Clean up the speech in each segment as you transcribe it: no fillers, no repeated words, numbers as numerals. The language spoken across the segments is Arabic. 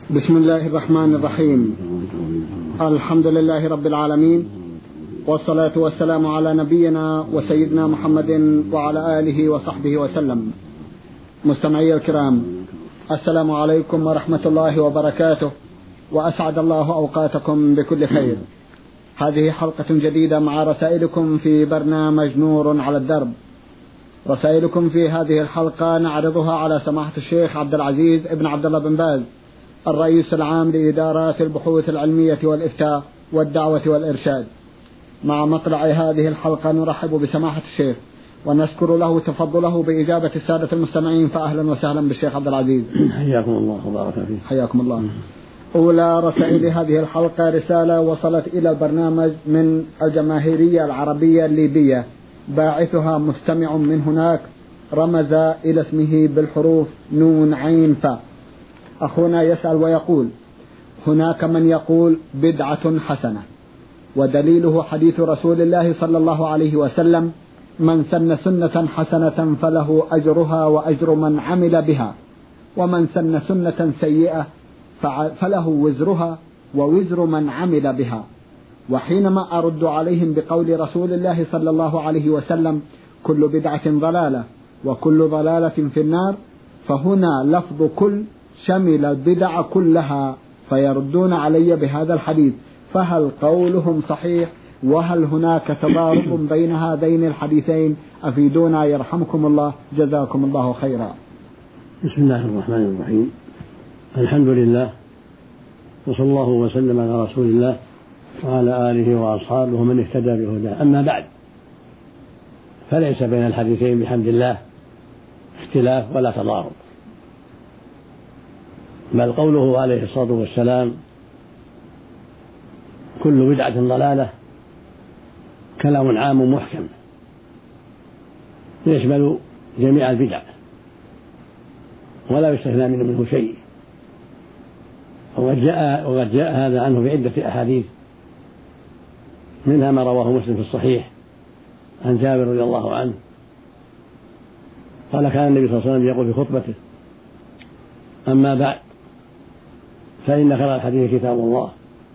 بسم الله الرحمن الرحيم. الحمد لله رب العالمين، والصلاة والسلام على نبينا وسيدنا محمد وعلى آله وصحبه وسلم. مستمعي الكرام، السلام عليكم ورحمة الله وبركاته، وأسعد الله أوقاتكم بكل خير. هذه حلقة جديدة مع رسائلكم في برنامج نور على الدرب. رسائلكم في هذه الحلقة نعرضها على سماحة الشيخ عبد العزيز ابن عبد الله بن باز، الرئيس العام لإدارات البحوث العلمية والإفتاء والدعوة والإرشاد. مع مطلع هذه الحلقة نرحب بسماحة الشيخ ونشكر له تفضله بإجابة السادة المستمعين، فأهلا وسهلا بالشيخ عبد العزيز. حياكم الله وبارك فيك. حياكم الله. أولى رسائل هذه الحلقة رسالة وصلت إلى البرنامج من الجماهيرية العربية الليبية، باعثها مستمع من هناك رمز إلى اسمه بالحروف نون عين فاء. أخونا يسأل ويقول: هناك من يقول بدعة حسنة، ودليله حديث رسول الله صلى الله عليه وسلم: من سن سنة حسنة فله أجرها وأجر من عمل بها، ومن سن سنة سيئة فله وزرها ووزر من عمل بها. وحينما أرد عليهم بقول رسول الله صلى الله عليه وسلم: كل بدعة ضلالة وكل ضلالة في النار، فهنا لفظ كل شمل البدع كلها، فيردون علي بهذا الحديث، فهل قولهم صحيح؟ وهل هناك تضارب بين هذين الحديثين؟ أفيدونا يرحمكم الله، جزاكم الله خيرا. بسم الله الرحمن الرحيم. الحمد لله، وصلى الله وسلم على رسول الله وعلى آله وأصحابه ومن اهتدى بهداه. أما بعد، فليس بين الحديثين بحمد الله اختلاف ولا تضارب، بل قوله عليه الصلاة والسلام كل بدعة ضلالة كلام عام محكم يشمل جميع البدع ولا يستثنى منه شيء. وقد جاء هذا عنه بعدة أحاديث، منها ما رواه مسلم في الصحيح عن جابر رضي الله عنه قال: كان النبي صلى الله عليه وسلم يقول في خطبته: أما بعد، فإن خير الحديث كتاب الله،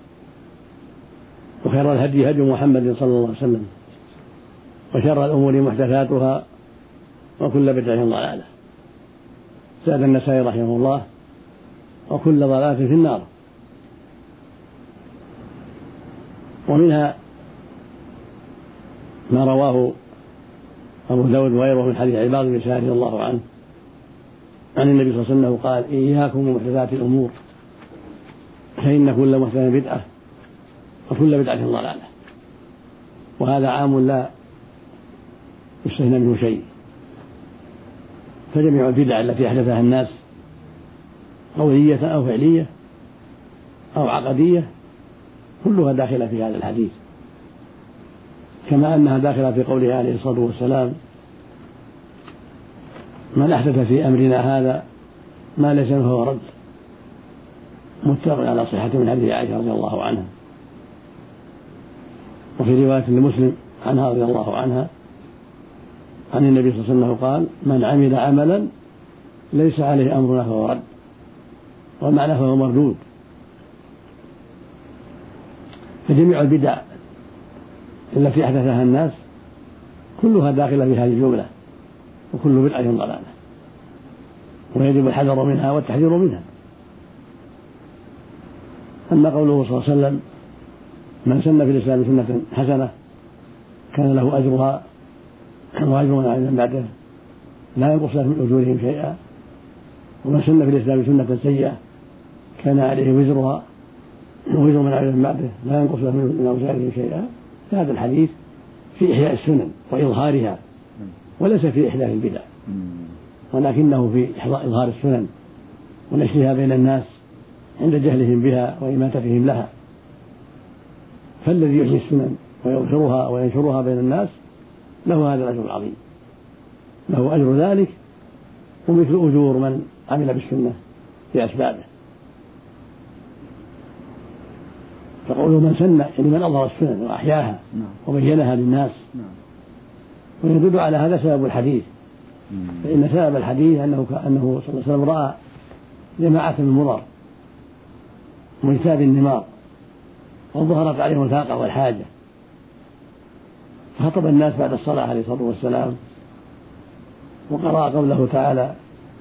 وخير الهدي هدي محمد صلى الله عليه وسلم، وشر الأمور محدثاتها، وكل بدعة ضلالة. زاد النسائي رحمه الله: وكل ضلالة في النار. ومنها ما رواه أبو داود وغيره من حديث عباد بن سعد رضي الله عنه عن النبي صلى الله عليه وسلم قال: إياكم ومحدثات الأمور، فإن كل محدثة بدعة وكل بدعة ضلالة. وهذا عام لا يستثنى منه شيء، فجميع البدع التي أحدثها الناس قولية أو فعلية أو عقدية كلها داخلة في هذا الحديث، كما أنها داخلة في قوله عليه الصلاة والسلام: من أحدث في أمرنا هذا ما ليس منه فهو رد. متفق على صحته من حديث عائشة رضي الله عنها. وفي رواية لمسلم عنها رضي الله عنها عن النبي صلى الله عليه وسلم قال: من عمل عملا ليس عليه أمرنا فهو رد، والمعنى فهو مردود. فجميع البدع التي أحدثها الناس كلها داخلة في هذه الجملة، وكل بدعة ضلالة، ويجب الحذر منها والتحذير منها. أما قوله صلى الله عليه وسلم: من سن في الإسلام سنة حسنة كان له أجرها وأجر من عمل بعده لا ينقص من أجورهم شيئا، ومن سن في الإسلام سنة سيئة كان عليه وزرها ووزر من عمل بعده لا ينقص من أوزارهم شيئا. هذا الحديث في إحياء السنن وإظهارها، وليس في إحداث البدع، ولكنه في إظهار السنن ونشرها بين الناس عند جهلهم بها وإماتتهم لها. فالذي يحيي السنن ويظهرها وينشرها بين الناس له هذا الأجر العظيم، له أجر ذلك ومثل أجور من عمل بالسنة بأسبابه. فقوله من سن يعني من أظهر السنن وأحياها وبينها للناس، ويدل على هذا سبب الحديث. فإن سبب الحديث أنه صلى الله عليه وسلم رأى جماعة من مضر واجتاب النمار، وظهرت عليهم الفاقة والحاجة، فخطب الناس بعد الصلاة عليه الصلاة والسلام وقرأ قوله تعالى: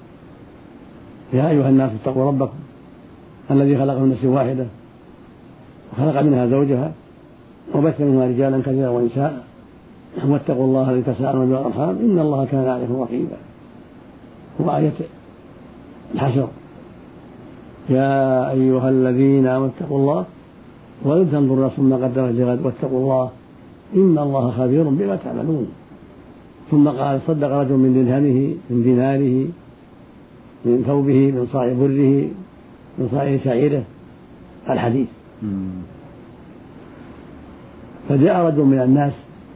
يا أيها الناس اتقوا ربكم الذي خلق من نفس واحدة وخلق منها زوجها وبث منها رجالا كثيرا ونساء واتقوا الله الذي تساءلون به والأرحام إن الله كان عليكم رقيبا. وآية الحشر: يا أيها الذين آمنوا اتقوا الله ولتنظر نفس ما قدمت لغد واتقوا الله إن الله خبير بما تعملون. ثم قال: صدق رجل من درهمه من ديناره من ثوبه من صاع بره من صاع شعيره. الحديث. فجاء رجل من الناس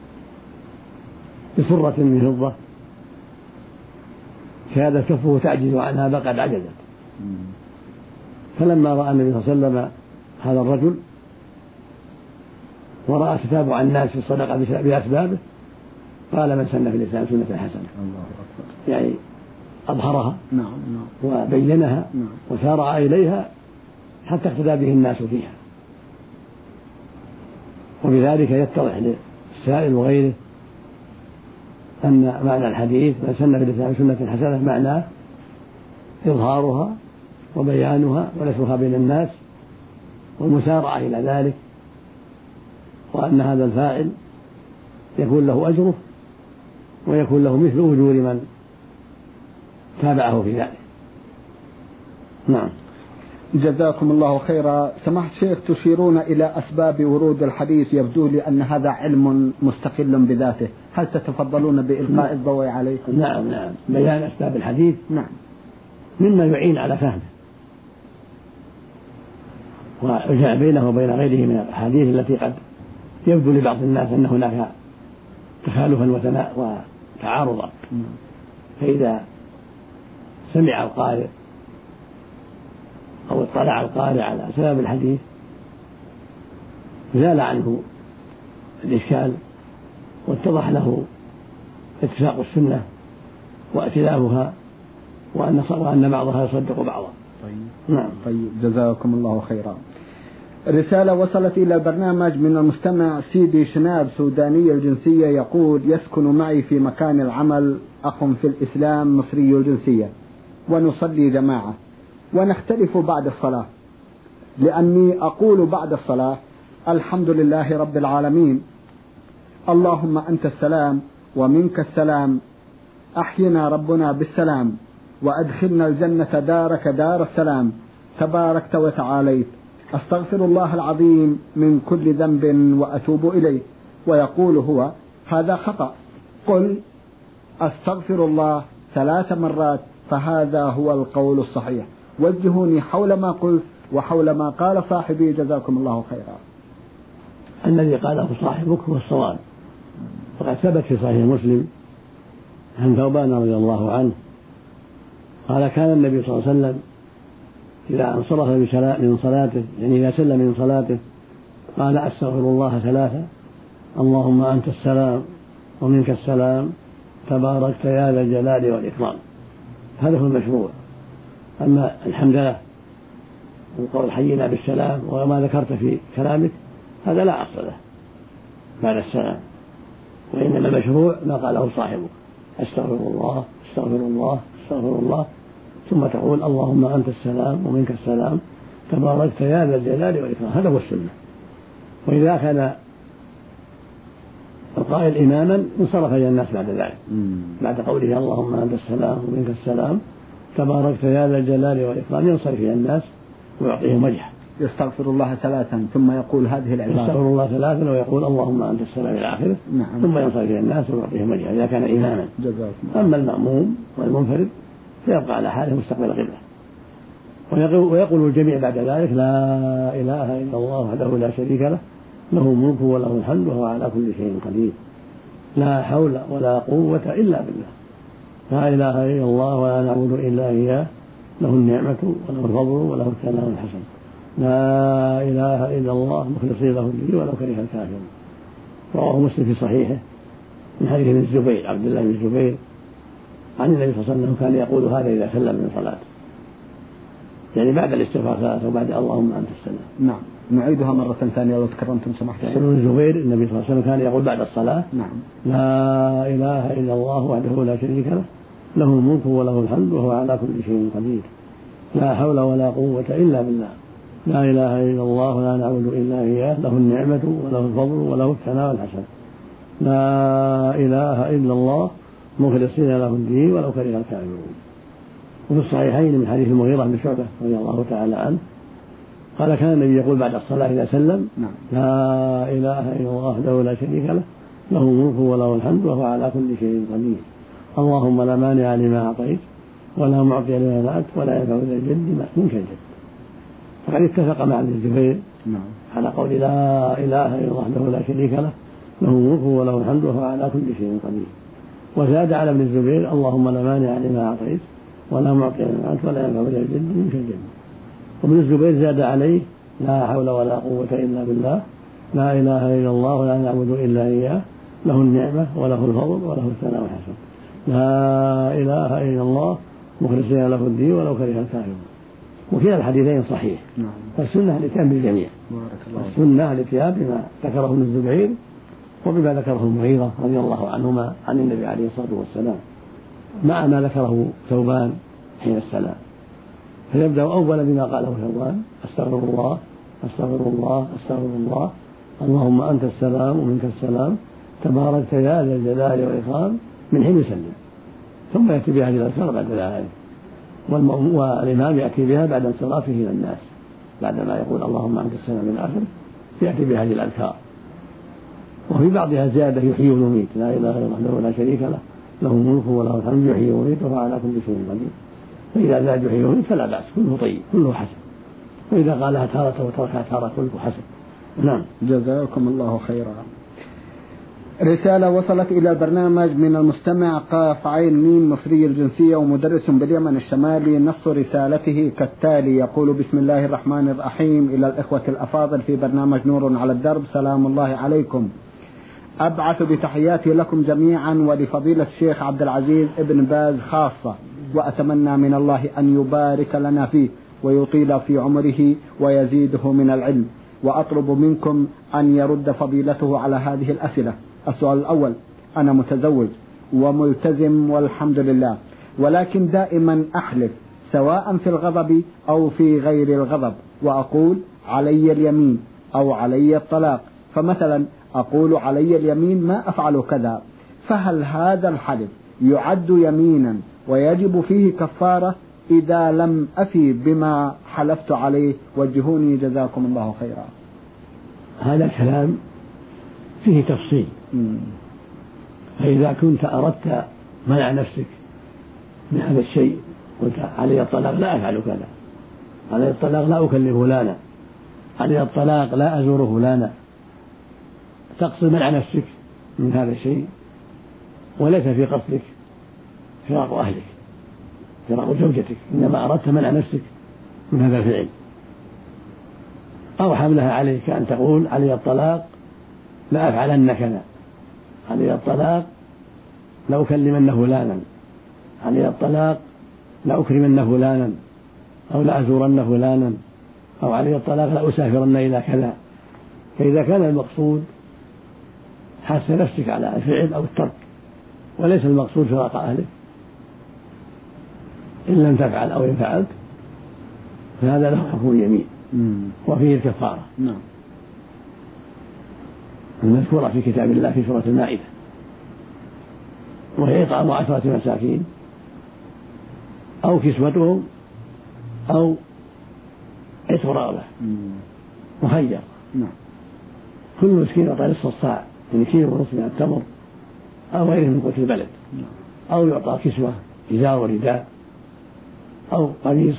بسرة من فضة كادت كفه تعجز عنها فقد عجزت، فلما رأى النبي صلى الله عليه وسلم هذا الرجل ورأى تتابع الناس في الصدقة بأسبابه قال: من سن في الإسلام سنة حسنة. يعني أظهرها وبينها وسارع إليها حتى اقتدى به الناس فيها. وبذلك يتضح للسائل وغيره أن معنى الحديث من سن في الإسلام سنة حسنة معناه إظهارها وبيانها ونشرها بين الناس والمسارعة إلى ذلك، وأن هذا الفاعل يكون له أجره ويكون له مثل أجور من تابعه في ذلك. نعم. جزاكم الله خيرا. سماحة الشيخ، تشيرون إلى أسباب ورود الحديث، يبدو لي أن هذا علم مستقل بذاته، هل تتفضلون بإلقاء الضوء عليه؟ نعم بيان أسباب الحديث مما يعين على فهمه ويجمع بينه وبين غيره من الأحاديث التي قد يبدو لبعض الناس أن هناك تخالفا وتعارضا. فإذا سمع القارئ أو اطلع القارئ على سبب الحديث زال عنه الإشكال واتضح له اتفاق السنة وائتلافها وأن بعضها يصدق بعضا. طيب جزاكم الله خيرا. رسالة وصلت إلى البرنامج من المستمع سيدي شناب سوداني الجنسية، يقول: يسكن معي في مكان العمل أخ في الإسلام مصري الجنسية ونصلي جماعة ونختلف بعد الصلاة، لأني أقول بعد الصلاة: الحمد لله رب العالمين، اللهم أنت السلام ومنك السلام، أحينا ربنا بالسلام وأدخلنا الجنة دارك دار السلام، تباركت وتعاليت، أستغفر الله العظيم من كل ذنب وأتوب إليه. ويقول هو: هذا خطأ، قل أستغفر الله 3 مرات فهذا هو القول الصحيح. وجهوني حول ما قلت وحول ما قال صاحبي، جزاكم الله خيرا. الذي قاله صاحبك هو الصواب، فقد ثبت في صحيح مسلم عن ثوبان رضي الله عنه قال: كان النبي صلى الله عليه وسلم إذا انصرف من صلاته، يعني إذا سلم من صلاته، قال: أستغفر الله 3، اللهم أنت السلام ومنك السلام، تباركت يا ذا الجلال والإكرام. هذا هو المشروع. أما الحمد لله وقول حينا بالسلام وما ذكرت في كلامك هذا لا أصل له بعد السلام، وإنما المشروع ما قاله صاحبه: أستغفر الله أستغفر الله أستغفر الله، ثم تقول: اللهم أنت السلام ومنك السلام، تباركت يا ذا الجلال والإكرام. هذا هو السنة. وإذا كان القائل إماما انصرف إلى الناس بعد ذلك، بعد قوله: اللهم أنت السلام ومنك السلام، تباركت يا ذا الجلال والإكرام، ينصرف إلى الناس ويعطيهم وجهه. يستغفر الله 3 ثم يقول هذه العبارة: يستغفر الله 3 ويقول: اللهم أنت السلام إلى آخره. ثم ينصرف إلى الناس ويعطيهم وجهه إذا كان إماما. أما المأموم والمنفرد فيبقى على حاله مستقبل القبلة. ويقول الجميع بعد ذلك: لا إله إلا الله وحده لا شريك له، له الملك وله الحمد وهو على كل شيء قدير، لا حول ولا قوة إلا بالله، لا إله إلا الله ولا نعبد إلا إياه، له النعمة وله الفضل وله الثناء الحسن، لا إله إلا الله مخلصين له الدين ولو كره الكافرون. رواه مسلم في صحيحه من حديث ابن الزبير عبد الله بن الزبير عن النبي صلى الله عليه وسلم كان يقول هذا إذا سلم من صلاته. يعني بعد الاستغفار 3 وبعد اللهم أنت السلام. نعم. نعيدها مرة ثانية لو تكرمتم سمحت. ابن الزبير النبي صلى الله عليه وسلم كان يقول بعد الصلاة نعم لا إله إلا الله وحده لا شريك له له الملك وله الحمد وهو على كل شيء قدير لا حول ولا قوة إلا بالله لا إله إلا الله لا نعبد إلا إياه له النعمة وله الفضل وله الثناء والحسن لا إله إلا الله مخلصين له الدين ولو كره الكافرون. وفي الصحيحين من حديث المغيرة بن شعبة رضي الله تعالى عنه قال كان النبي يقول بعد الصلاة إذا سلم لا إله إلا الله وحده لا شريك له له الملك وله الحمد وهو على كل شيء قدير اللهم لا مانع لما أعطيت ولا معطي لما منعت ولا ينفع ذا الجد منك الجد. فقد اتفق مع ابن الزبير على قول لا إله إلا الله وحده لا شريك له له الملك وله الحمد وهو على كل شيء قدير. وزاد على ابن الزبير اللهم لا مانع لما أعطيت ولا معطي لما منعت ولا ينفع ذا الجد منك الجد. وابن الزبير زاد عليه لا حول ولا قوة إلا بالله لا إله إلا الله ولا نعبد إلا إياه له النعمة وله الفضل وله الثناء والحسن لا إله إلا الله مخلصين له الدين ولو كره الكافرون. وكلا الحديثين صحيح. فالسنة الاتيان بالجميع. السنة الاتيان بما ذكره ابن الزبير وبما ذكره المغيرة رضي الله عنهما عن النبي عليه الصلاة والسلام مع ما ذكره ثوبان حين السلام. فيبدأ أولا بما قاله ثوبان أستغفر الله أستغفر الله أستغفر الله اللهم أنت السلام ومنك السلام تباركت يا ذا الجلال والإكرام من حين يسلم. ثم يأتي بهذه الأذكار بعد ذلك والإمام يأتي بها بعد انصرافه إلى الناس بعدما يقول اللهم أنت السلام من آخر يأتي بهذه الأذكار. وفي بعضها زيادة يحيي ويميت لا إله إلا الله وحده لا شريك له له الملك وله الحمد يحيي ويميت وهو على كل شيء قدير. فإذا زاد يحيي ويميت فلا بأس كله طيب كله حسن. وإذا قالها تارة وتركها تارة كله حسن. نعم. جزاكم الله خيرا. رسالة وصلت إلى البرنامج من المستمع قاف عين ميم مصري الجنسية ومدرس باليمن الشمالي. نص رسالته كالتالي يقول بسم الله الرحمن الرحيم إلى الإخوة الأفاضل في برنامج نور على الدرب سلام الله عليكم. أبعث بتحياتي لكم جميعا ولفضيلة الشيخ عبد العزيز ابن باز خاصة وأتمنى من الله أن يبارك لنا فيه ويطيل في عمره ويزيده من العلم. وأطلب منكم أن يرد فضيلته على هذه الأسئلة. السؤال الأول أنا متزوج وملتزم والحمد لله ولكن دائما أحلف سواء في الغضب أو في غير الغضب وأقول علي اليمين أو علي الطلاق. فمثلا أقول علي اليمين ما أفعل كذا فهل هذا الحلف يعد يمينا ويجب فيه كفارة إذا لم أفي بما حلفت عليه؟ وجهوني جزاكم الله خيرا. هذا الكلام فيه تفصيل. فإذا كنت أردت منع نفسك من هذا الشيء قلت علي الطلاق لا أفعل كذا علي الطلاق لا أكلم فلانا علي الطلاق لا أزور فلانا تقصد منع نفسك من هذا الشيء وليس في قصدك فراق أهلك فراق زوجتك إنما أردت منع نفسك من هذا الفعل أو حملها عليك أن تقول علي الطلاق لا أفعلن كذا علي الطلاق لا أكلمن فلانا علي الطلاق لا أكرمن فلانا أو لا أزورن فلانا أو علي الطلاق لا أسافرن إلى كذا. فإذا كان المقصود حث نفسك على الفعل أو الترك وليس المقصود فراق أهلك إن لم تفعل أو إن فعلت فهذا له حكم اليمين وفيه الكفارة. نعم. المذكورة في كتاب الله في سورة المائدة وهي إطعام 10 مساكين أو كسوتهم أو عتق رقبة مخير. كل مسكين يعطى نصف الصاع يعني كيلو ونصف من التمر أو غيره من قوت البلد أو يعطى كسوة إزار ورداء أو قميص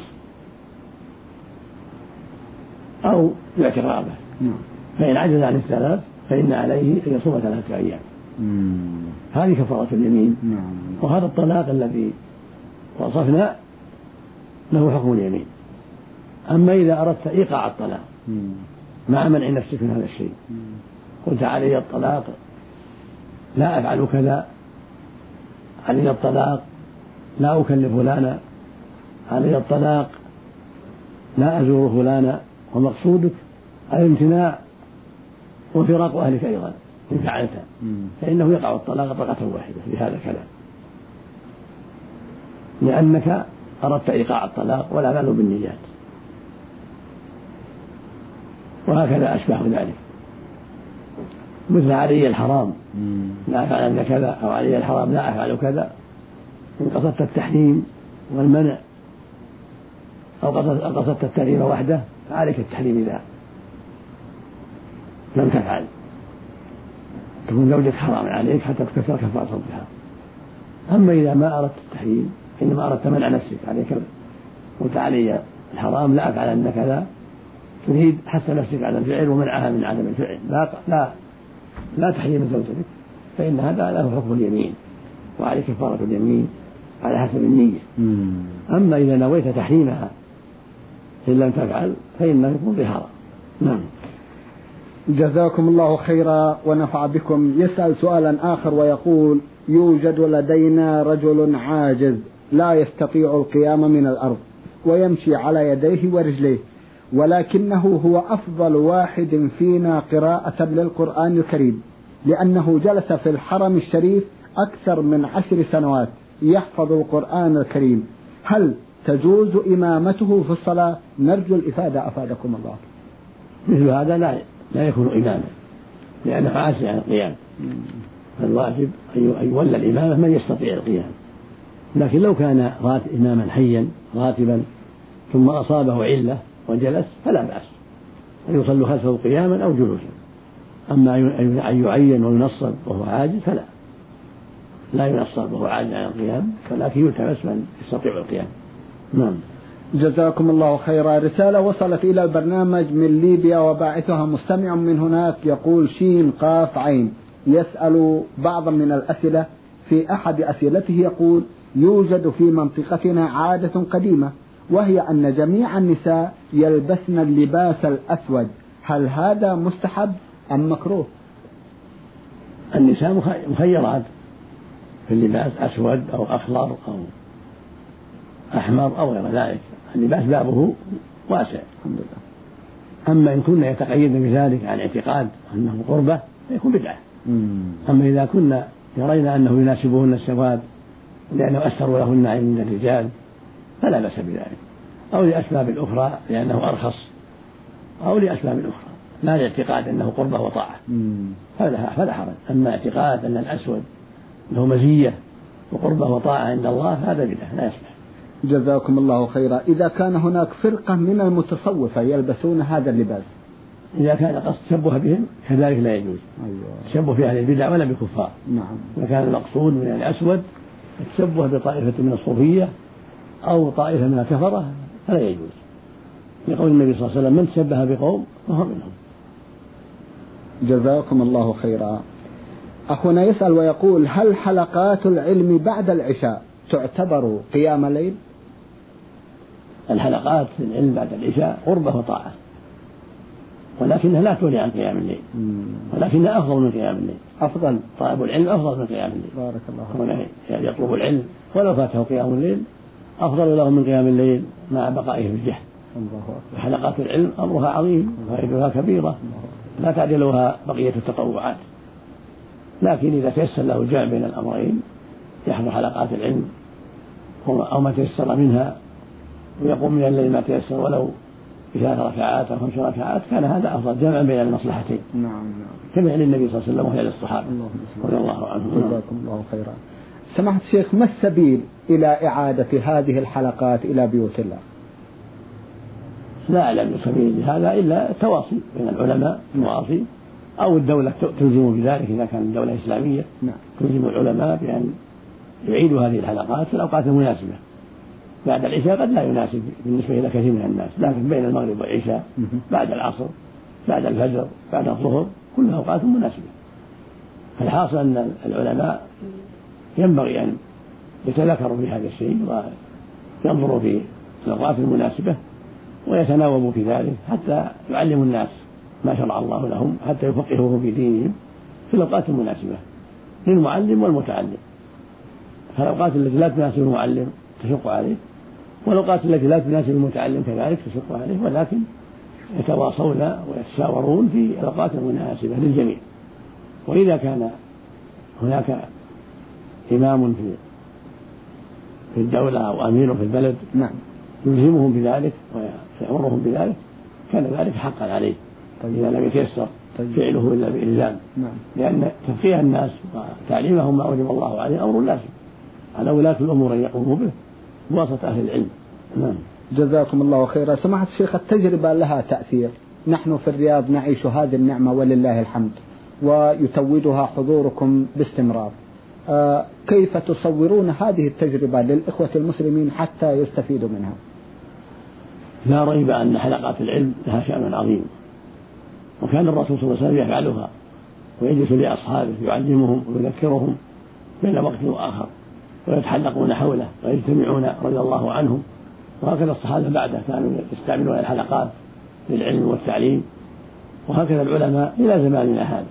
أو يعتق رقبة. فإن عجز عن الثلاث فإن عليه أن يصوم 3 أيام. هذه كفارة اليمين. وهذا الطلاق الذي وصفنا له حكم اليمين. أما إذا أردت إيقاع الطلاق مع منع نفسك من هذا الشيء قلت علي الطلاق لا أفعل كذا علي الطلاق لا أكلف فلانا علي الطلاق لا أزور فلانا ومقصودك الامتناع وفراق أهلك أيضا إن فعلت، فإنه يقع الطلاق طلقة واحدة بهذا الكلام، لأنك أردت إيقاع الطلاق والأعمال بالنيات. وهكذا أشبه ذلك، مثل علي الحرام لا أفعل كذا، أو علي الحرام لا أفعل كذا، إن قصدت التحريم والمنع أو قصدت التحريم وحده فعليك التحريم إذا لم تفعل، تكون زوجك حرام عليك حتى تكفر كفارة الظهار. أما إذا ما أردت التحريم إنما أردت منع نفسك عليك، قلت علي الحرام لا أفعل كذا، تريد حث نفسك على الفعل ومنعها من عدم الفعل، لا تحريم زوجتك، فإن هذا له حكم اليمين وعليه كفارة اليمين على حسب النية. أما إذا نويت تحريمها إن لم تفعل فإنه يكون ظهارا. نعم. جزاكم الله خيرا ونفع بكم. يسأل سؤالا آخر ويقول: يوجد لدينا رجل عاجز لا يستطيع القيام من الأرض ويمشي على يديه ورجليه، ولكنه هو أفضل واحد فينا قراءة للقرآن الكريم، لأنه جلس في الحرم الشريف أكثر من 10 سنوات يحفظ القرآن الكريم، هل تجوز إمامته في الصلاة؟ نرجو الإفادة أفادكم الله. مثل هذا لا يكون إماما لأنه عاجز عن القيام، فالواجب أن يولى الإمامة من يستطيع القيام. لكن لو كان إماما حيا راتبا ثم أصابه علة وجلس فلا بأس أن يصلوا خلفه قياما أو جلوسا. أما أن يعين وينصب وهو عاجز فلا، لا ينصب وهو عاجز عن القيام، ولكن يلتمس من يستطيع القيام. نعم. جزاكم الله خيرا. رسالة وصلت إلى البرنامج من ليبيا وباعثها مستمع من هناك، يقول شين قاف عين، يسأل بعضا من الأسئلة. في أحد أسئلته يقول: يوجد في منطقتنا عادة قديمة، وهي أن جميع النساء يلبسن اللباس الأسود، هل هذا مستحب أم مكروه؟ النساء مخيرات في اللباس، أسود أو أخضر أو أحمر أو غير ذلك، اللباس بابه واسع الحمد لله. أما إن كنا يتقيدن بذلك عن اعتقاد أنه قربة فيكون بدعة. أما إذا كنا يرين أنه يناسبهن السواد لأنه أثروا لهن عند الرجال فلا بأس بذلك، أو لأسباب أخرى لأنه أرخص، أو لأسباب أخرى لا لاعتقاد أنه قربة وطاعة فلا حرج. أما اعتقاد أن الأسود له مزية وقربة وطاعة عند الله هذا بدعة لا يصلح. جزاكم الله خيرا. إذا كان هناك فرقة من المتصوفة يلبسون هذا اللباس، إذا كان قصد تشبه بهم كذلك لا يجوز. تشبه في أهل البدع ولا بكفار. نعم. إذا كان المقصود من الأسود التشبه بطائفة من الصوفية أو طائفة من الكفرة فلا يجوز، لقول النبي صلى الله عليه وسلم: من تشبه بقوم فهو منهم. جزاكم الله خيرا. أخونا يسأل ويقول: هل حلقات العلم بعد العشاء تعتبر قيام الليل؟ الحلقات في العلم بعد العشاء قربة وطاعة، ولكنها لا تغني عن قيام الليل، ولكنها أفضل من قيام الليل. أفضل، طالب العلم أفضل من قيام الليل. بارك الله فيك. يعني يطلب العلم ولو فاته قيام الليل أفضل له من قيام الليل مع بقائه في الجهل. حلقات العلم أمرها عظيم وفائدتها كبيرة لا تعدلها بقية التطوعات، لكن إذا تيسر له الجمع بين الأمرين يحضر حلقات العلم أو ما تيسر منها ويقوم من الليل ما تيسر ولو 3 ركعات أو 5 ركعات كان هذا أفضل جمعا بين المصلحتين. نعم. كما للنبي صلى الله عليه وسلم وهي للصحابة رضي الله عنهم. جزاكم الله خيرا. سماحة الشيخ، ما السبيل إلى إعادة هذه الحلقات إلى بيوت الله؟ لا أعلم سبيل هذا إلا التواصي بين العلماء، التواصي أو الدولة تلزم بذلك إذا كانت الدولة إسلامية. نعم. تلزم العلماء بأن يعيدوا هذه الحلقات في الأوقات المناسبة. بعد العشاء قد لا يناسب بالنسبة إلى كثير من الناس، لكن بين المغرب والعشاء، بعد العصر، بعد الفجر، بعد الظهر، كلها أوقات مناسبة. فالحاصل أن العلماء ينبغي أن يتذكروا في هذا الشيء وينظروا في الأوقات المناسبة ويتناوبوا في ذلك حتى يعلموا الناس ما شرع الله لهم، حتى يفقهوهم في دينهم في الأوقات المناسبة للمعلم والمتعلم. فالأوقات التي لا تناسب المعلم تشق عليه، والأوقات التي لا تناسب المتعلم كذلك تشق عليه، ولكن يتواصون ويتشاورون في الأوقات المناسبة للجميع. وإذا كان هناك إمام في الدولة أو أمير في البلد يلزمهم بذلك ويأمرهم بذلك كان ذلك حقا عليه إذا لم يتيسر فعله إلا بإلزام، لأن تفقيه الناس وتعليمهم ما أوجب الله عليه أمر لازم على ولاة الأمور أن يقوموا به بواسطة أهل العلم. جزاكم الله خيرا. سماحة الشيخ، التجربة لها تأثير، نحن في الرياض نعيش هذه النعمة ولله الحمد ويتوجها حضوركم باستمرار، كيف تصورون هذه التجربة للإخوة المسلمين حتى يستفيدوا منها؟ لا ريب أن حلقات العلم لها شأن عظيم، وكان الرسول صلى الله عليه وسلم يفعلها ويجلس لأصحابه يعلمهم ويذكرهم بين وقت وآخر ويتحلقون حوله ويجتمعون رضي الله عنهم. وهكذا الصحابة بعده كانوا يستعملون الحلقات للعلم والتعليم، وهكذا العلماء إلى زماننا هذا.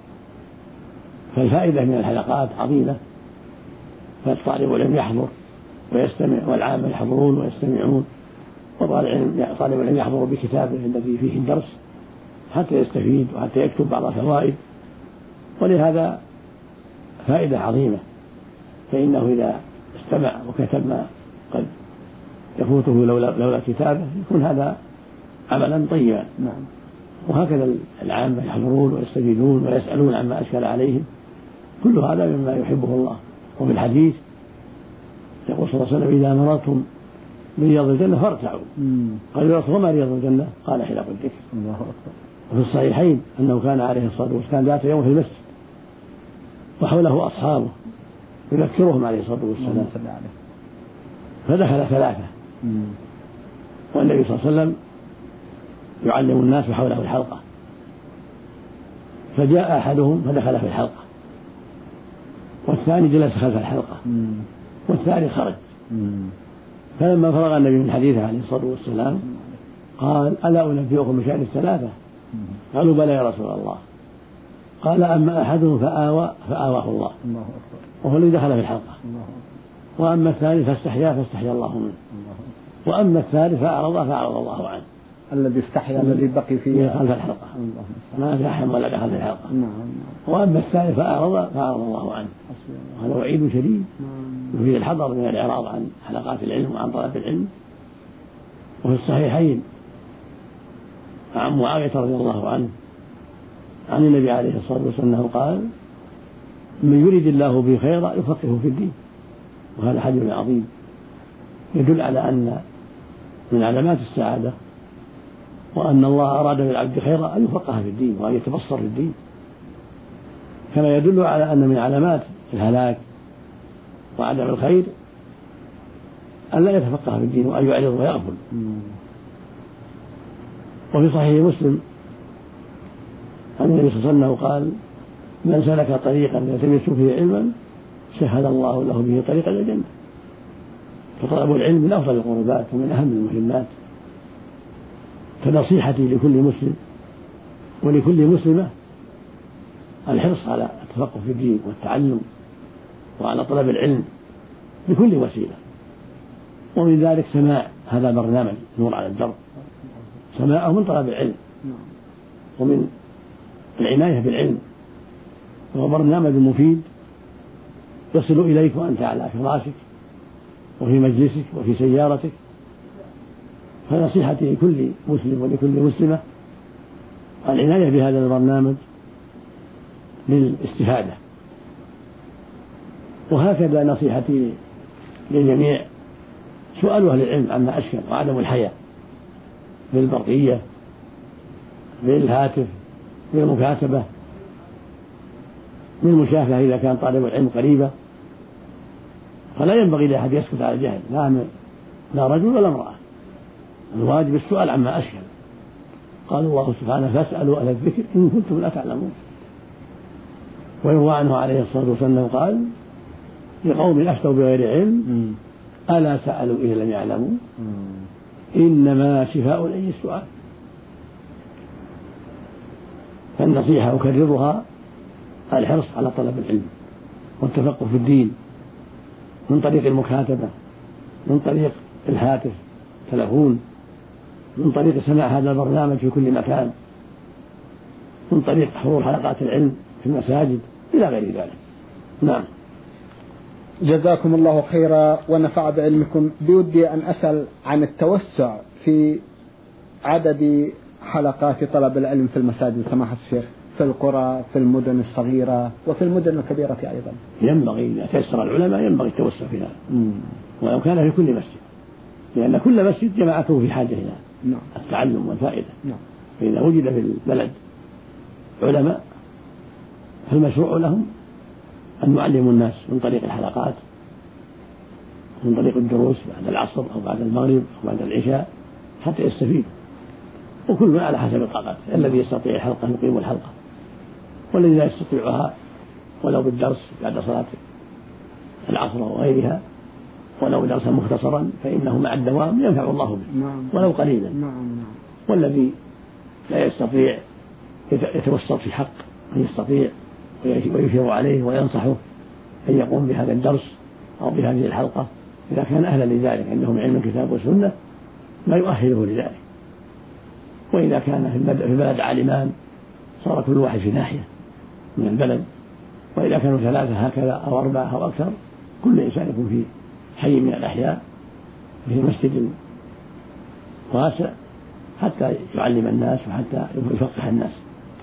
فالفائدة من الحلقات عظيمة، فالطالب العلم يحضر ويستمع والعامة يحضرون ويستمعون، وطالب العلم يحضر بكتابه الذي فيه الدرس حتى يستفيد وحتى يكتب بعض الفوائد، ولهذا فائدة عظيمة. فإنه إذا استمع وكتب ما قد يفوته لولا كتابه يكون هذا عملا طيبا. وهكذا العامة يحضرون ويستفيدون ويسألون عما أشكل عليهم، كل هذا مما يحبه الله. وفي الحديث يقول صلى الله عليه وسلم: إذا مررتم برياض الجنة فارتعوا. قال: يا رسول الله ما رياض الجنة؟ قال: حلق الذكر. الله أكبر. وفي الصحيحين أنه كان عليه الصلاة والسلام ذات يوم في المسجد وحوله أصحابه يذكرهم عليه الصلاة والسلام، فدخل ثلاثة والنبي صلى الله عليه وسلم يعلم الناس حوله الحلقة، فجاء أحدهم فدخل في الحلقة، والثاني جلس خلف الحلقة، والثالث خرج. فلما فرغ النبي من حديثه عليه الصلاة والسلام قال: ألا أنبئكم بشأن الثلاثة؟ قالوا: بلى يا رسول الله. قال: أما أحدهم فآواه الله وهو الذي دخل في الحلقة، وأما الثاني فاستحيا الله منه، وأما الثالث فأعرض الله عنه. الذي استحيا الذي بقي في خلف الحلقة ما زاحم ولا دخل في الحلقة. وأما الثالث فأعرض الله عنه. هذا وعيد شديد يفيد الحذر من الإعراض عن حلقات العلم وعن طلب العلم. وفي الصحيحين عن معاوية رضي الله عنه عن النبي عليه الصلاة والسلام قال: من يريد الله به خيرا يفقهه في الدين. وهذا حديث عظيم يدل على أن من علامات السعادة وأن الله أراد بالعبد خيرا أن يفقه في الدين وأن يتبصر في الدين، كما يدل على أن من علامات الهلاك وعدم الخير أن لا يتفقه في الدين وأن يعرض ويغفل. وفي صحيح مسلم عن النبي صلى الله عليه وسلم قال: من سلك طريقا يلتمس فيه علما سهل الله له به طريقا إلى الجنة. فطلب العلم من أفضل القربات ومن أهم المهمات. فنصيحتي لكل مسلم ولكل مسلمة الحرص على التفقه في الدين والتعلم وعلى طلب العلم بكل وسيلة، ومن ذلك سماع هذا برنامج نور على الدرب، سماعه من طلب العلم ومن العناية بالعلم، وهو برنامج مفيد يصل إليك وأنت على فراشك وفي مجلسك وفي سيارتك. فنصيحتي لكل مسلم ولكل مسلمة العناية بهذا البرنامج للاستفادة. وهكذا نصيحتي للجميع سؤال أهل العلم عما أشكل وعدم الحياء بالبرقية بالهاتف بالمكاتبة بالمشافهة إذا كان طالب العلم قريبا. فلا ينبغي لأحد يسكت على الجهل، لا رجل ولا امرأة، الواجب السؤال عما أشكل. قال الله سبحانه: فاسألوا أهل الذكر إن كنتم لا تعلمون. ويروى عنه عليه الصلاة والسلام قال: لقوم أفتوا بغير علم ألا سألوا إذا لم يعلموا إنما شفاء العي السؤال. فالنصيحة أكررها الحرص على طلب العلم والتفقه في الدين من طريق المكاتبة، من طريق الهاتف تلفون، من طريق سماع هذا البرنامج في كل مكان، من طريق حضور حلقات العلم في المساجد إلى غير ذلك. نعم. جزاكم الله خيرا ونفع بعلمكم. بودي أن أسأل عن التوسع في عدد حلقات طلب العلم في المساجد سماحة الشيخ، في القرى، في المدن الصغيرة وفي المدن الكبيرة أيضا. ينبغي إذا تيسر العلماء ينبغي التوسع في هذا، ولو كان في كل مسجد، لأن كل مسجد جماعته في حاجة إلى التعلم والفائدة. فإذا وجد في البلد علماء فالمشروع لهم أن يعلموا الناس من طريق الحلقات، من طريق الدروس بعد العصر أو بعد المغرب أو بعد العشاء حتى يستفيدوا، وكل ما على حسب طاقته. الذي يستطيع الحلقة يقيم الحلقة، والذي لا يستطيعها ولو بالدرس بعد صلاة العصر وغيرها ولو درسا مختصرا فإنه مع الدوام ينفع الله به ولو قليلا. والذي لا يستطيع يتوسط في حق من يستطيع ويشير عليه وينصحه أن يقوم بهذا الدرس أو بهذه الحلقة إذا كان أهلا لذلك، عندهم علم الكتاب والسنة ما يؤهله لذلك. وإذا كان في البلد عالمان صار كل واحد في ناحية من البلد، وإذا كانوا 3 هكذا أو 4 أو أكثر كل إنسان يكون في حي من الأحياء في مسجد واسع حتى يعلم الناس وحتى يفقه الناس.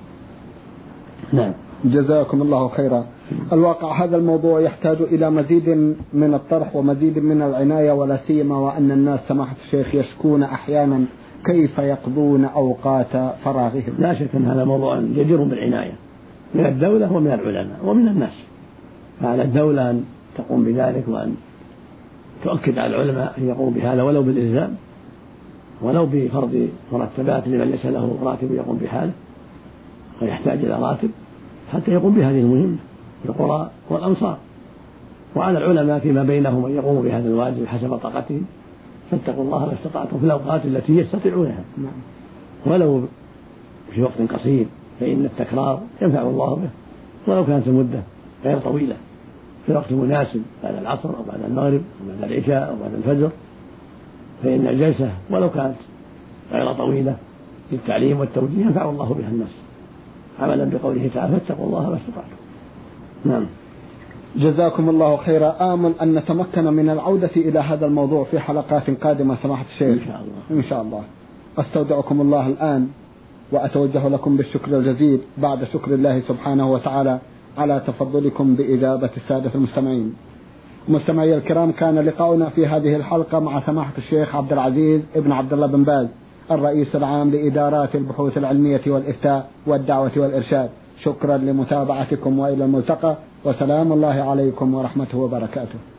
نعم. جزاكم الله خيرا. الواقع هذا الموضوع يحتاج إلى مزيد من الطرح ومزيد من العناية، ولا سيما وأن الناس سماحة الشيخ يشكون أحيانا كيف يقضون أوقات فراغهم. لا شك أن هذا موضوع جدير بالعناية من الدولة ومن العلماء ومن الناس. فعلى الدولة أن تقوم بذلك وأن تؤكد على العلماء أن يقوموا بهذا ولو بالإلزام ولو بفرض مرتبات لمن ليس له راتب يقوم بحاله ويحتاج إلى راتب حتى يقوم بهذه المهمة في القرى والأمصار. وعلى العلماء فيما بينهم أن يقوموا بهذا الواجب حسب طاقتهم، فاتقوا الله ما استطعتم في الأوقات التي يستطيعونها ولو في وقت قصير، فإن التكرار ينفع الله به ولو كانت المدة غير طويلة، في وقت مناسب بعد العصر أو بعد المغرب أو بعد العشاء أو بعد الفجر، فإن الجلسة ولو كانت غير طويلة للتعليم والتوجيه ينفع الله بها الناس، عملا بقوله تعالى فاتقوا الله ما استطعتم. نعم. جزاكم الله خيرا. آمل أن نتمكن من العودة إلى هذا الموضوع في حلقات قادمة سماحة الشيخ إن شاء الله. إن شاء الله. أستودعكم الله الآن وأتوجه لكم بالشكر الجزيل بعد شكر الله سبحانه وتعالى على تفضلكم بإجابة السادة المستمعين. مستمعي الكرام، كان لقاؤنا في هذه الحلقة مع سماحة الشيخ عبد العزيز ابن عبد الله بن باز، الرئيس العام لإدارات البحوث العلمية والإفتاء والدعوة والإرشاد. شكرا لمتابعتكم وإلى الملتقى، وسلام الله عليكم ورحمته وبركاته.